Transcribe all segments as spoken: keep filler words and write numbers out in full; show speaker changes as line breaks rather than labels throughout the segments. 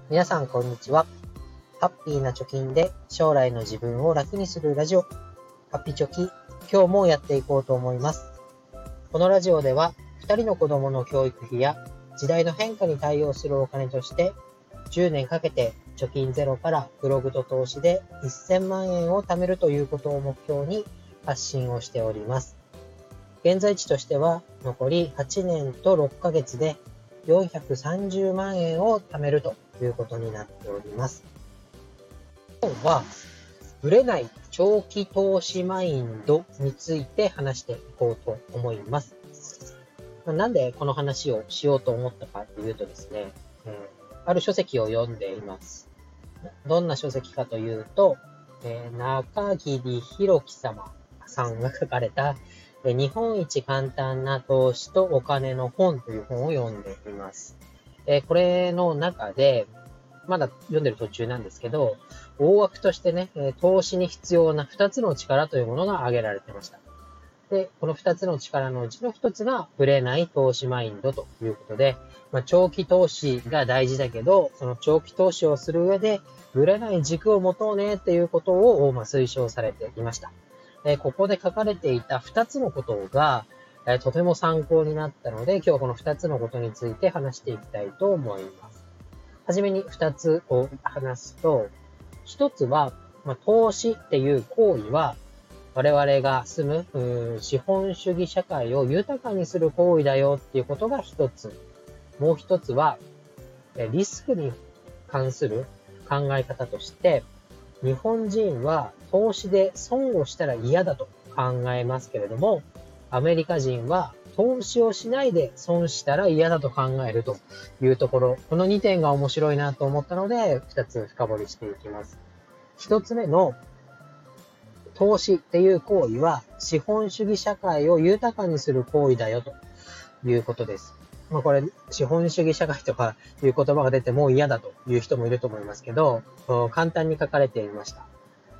皆さんこんにちは。ハッピーな貯金で将来の自分を楽にするラジオ、ハッピチョキ、今日もやっていこうと思います。このラジオでは、ふたりの子供の教育費や時代の変化に対応するお金として、じゅうねんかけて貯金ゼロからブログと投資でせんまんえんを貯めるということを目標に発信をしております。現在地としては残りはちねんとろっかげつでよんひゃくさんじゅうまんえんを貯めるということになっております。今日はぶれない長期投資マインドについて話していこうと思います。なんでこの話をしようと思ったかというとですね、うん、ある書籍を読んでいます。どんな書籍かというと、えー、中桐弘樹様さんが書かれた日本一簡単な投資とお金の本という本を読んでいます。えー、これの中で、まだ読んでる途中なんですけど、大枠としてね、投資に必要なふたつの力というものが挙げられていました。で、このふたつの力のうちのひとつがぶれない投資マインドということで、まあ、長期投資が大事だけど、その長期投資をする上で、ぶれない軸を持とうねっていうことを、まあ、推奨されていました。えー、ここで書かれていたふたつのことが、えー、とても参考になったので、今日はこのふたつのことについて話していきたいと思います。はじめにふたつを話すと、ひとつは、まあ、投資っていう行為は、我々が住む資本主義社会を豊かにする行為だよっていうことがひとつ。もうひとつは、リスクに関する考え方として、日本人は投資で損をしたら嫌だと考えますけれども、アメリカ人は投資をしないで損したら嫌だと考えるというところ、このにてんが面白いなと思ったので、ふたつ深掘りしていきます。ひとつめの投資っていう行為は資本主義社会を豊かにする行為だよということです。まあこれ資本主義社会とかいう言葉が出てもう嫌だという人もいると思いますけど、簡単に書かれていました。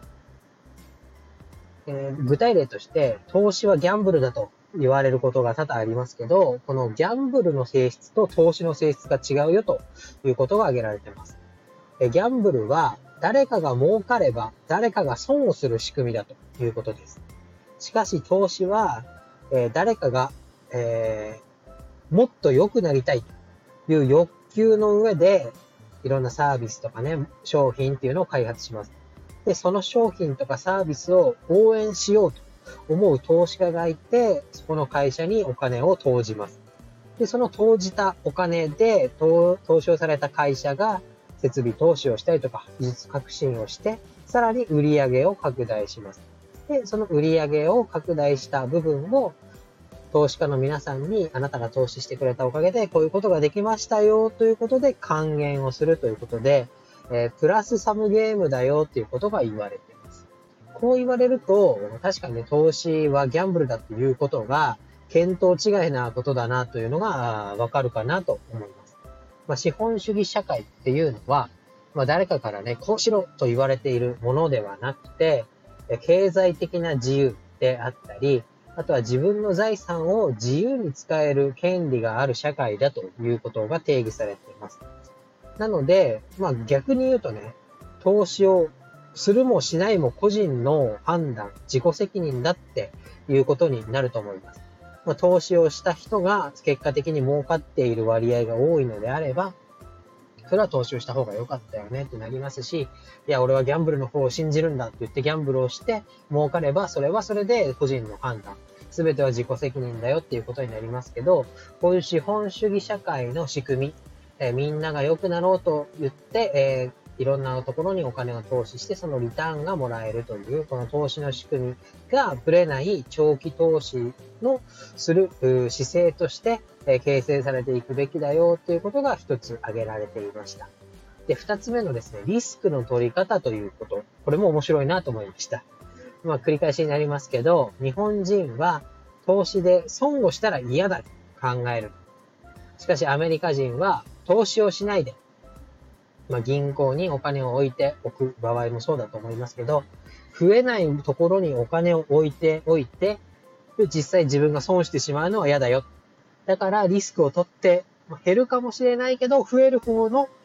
えー、具体例として投資はギャンブルだと言われることが多々ありますけど、このギャンブルの性質と投資の性質が違うよということが挙げられています。ギャンブルは誰かが儲かれば誰かが損をする仕組みだということです。しかし投資は、えー、誰かが、えー、もっと良くなりたいという欲求の上でいろんなサービスとかね、商品っていうのを開発します。で、その商品とかサービスを応援しようと思う投資家がいて、そこの会社にお金を投じます。で、その投じたお金で投資をされた会社が設備投資をしたりとか技術革新をして、さらに売り上げを拡大します。で、その売り上げを拡大した部分を投資家の皆さんにあなたが投資してくれたおかげでこういうことができましたよということで還元をするということで、えー、プラスサムゲームだよっていうことが言われています。こう言われると、確かに、ね、投資はギャンブルだっていうことが見当違いなことだなというのがわかるかなと思います。まあ、資本主義社会っていうのは、まあ、誰かからね、こうしろと言われているものではなくて、経済的な自由であったり、あとは自分の財産を自由に使える権利がある社会だということが定義されています。なので、まあ逆に言うとね、投資をするもしないも個人の判断、自己責任だっていうことになると思います。まあ、投資をした人が結果的に儲かっている割合が多いのであれば、それは投資をした方が良かったよねってなりますし、いや、俺はギャンブルの方を信じるんだって言ってギャンブルをして儲かれば、それはそれで個人の判断。すべては自己責任だよっていうことになりますけど、こういう資本主義社会の仕組み、えー、みんなが良くなろうと言って、えー、いろんなところにお金を投資してそのリターンがもらえるというこの投資の仕組みがぶれない長期投資のする姿勢として、えー、形成されていくべきだよということが一つ挙げられていました。で、二つ目のですね、リスクの取り方ということ。これも面白いなと思いました。まあ繰り返しになりますけど、日本人は投資で損をしたら嫌だと考える。しかしアメリカ人は投資をしないで、まあ、銀行にお金を置いておく場合もそうだと思いますけど、増えないところにお金を置いておいて、実際自分が損してしまうのは嫌だよ。だからリスクを取って、減るかもしれないけど、増える方の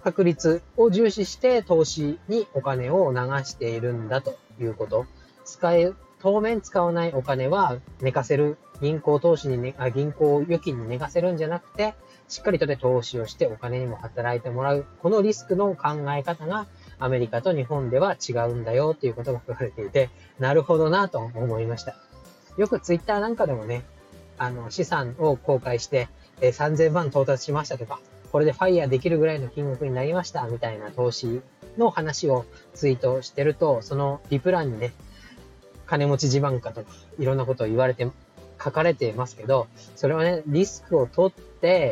確率を重視して投資にお金を流しているんだということ。使え、当面使わないお金は寝かせる、銀行投資に、ね、あ銀行預金に寝かせるんじゃなくて、しっかりとで投資をしてお金にも働いてもらう。このリスクの考え方がアメリカと日本では違うんだよということが書かれていて、なるほどなと思いました。よくツイッターなんかでもね、あの資産を公開して、えー、さんぜんまん到達しましたとか、これでファイヤーできるぐらいの金額になりましたみたいな投資の話をツイートしてると、そのリプ欄にね、金持ち自慢かとかいろんなことを言われて書かれていますけど、それはね、リスクを取って、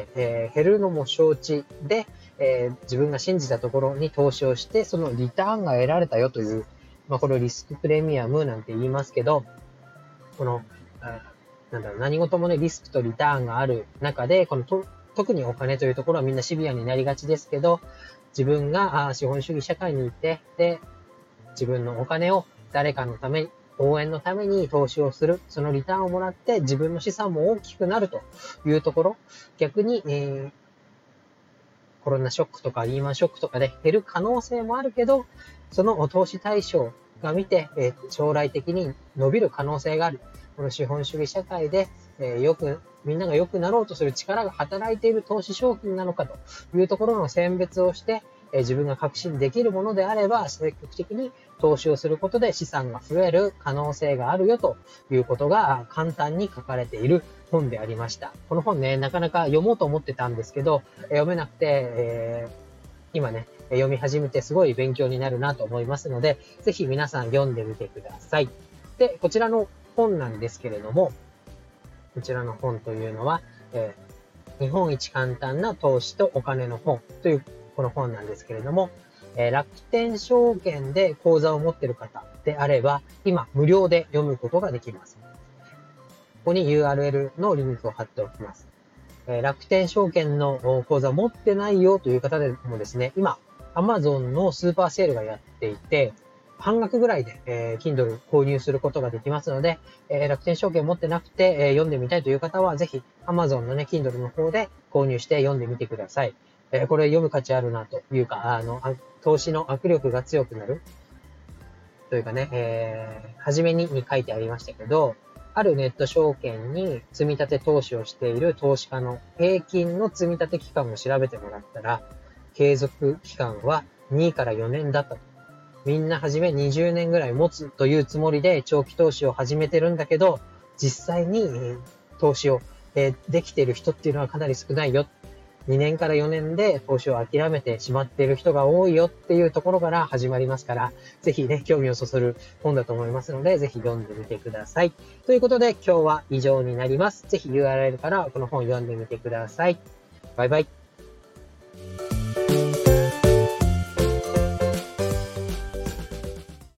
えー、減るのも承知で、えー、自分が信じたところに投資をして、そのリターンが得られたよという、まあ、これをリスクプレミアムなんて言いますけど、この、なんだろう、何事もね、リスクとリターンがある中で、このと特にお金というところはみんなシビアになりがちですけど、自分があ資本主義社会にいて、で、自分のお金を誰かのために、応援のために投資をする、そのリターンをもらって自分の資産も大きくなるというところ、逆に、えー、コロナショックとかリーマンショックとかで減る可能性もあるけど、その投資対象が見て、えー、将来的に伸びる可能性がある。この資本主義社会で、えー、よく、みんなが良くなろうとする力が働いている投資商品なのかというところの選別をして、えー、自分が確信できるものであれば、積極的に投資をすることで資産が増える可能性があるよということが簡単に書かれている本でありました。この本ね、なかなか読もうと思ってたんですけど、読めなくて、えー、今ね、読み始めてすごい勉強になるなと思いますので、ぜひ皆さん読んでみてください。で、こちらの本なんですけれども、こちらの本というのは、えー、日本一簡単な投資とお金の本というこの本なんですけれども、えー、楽天証券で口座を持っている方であれば、今無料で読むことができます。ここに ユーアールエル のリンクを貼っておきます。えー、楽天証券の口座を持ってないよという方でもですね、今 Amazon のスーパーセールがやっていて、半額ぐらいで、えー、Kindle 購入することができますので、えー、楽天証券持ってなくて、えー、読んでみたいという方は、ぜひ Amazon のね、Kindle の方で購入して読んでみてください。えー、これ読む価値あるなというか、あの、投資の握力が強くなるというかね、えー、初めにに書いてありましたけど、あるネット証券に積み立て投資をしている投資家の平均の積み立て期間を調べてもらったら、継続期間はにからよねんだったと。みんな初めにじゅうねんぐらい持つというつもりで長期投資を始めてるんだけど、実際に投資をできている人っていうのはかなり少ないよ。にねんからよねんで投資を諦めてしまっている人が多いよっていうところから始まりますから、ぜひね、興味をそそる本だと思いますので、ぜひ読んでみてください。ということで今日は以上になります。ぜひ ユーアールエル からこの本読んでみてください。バイバイ。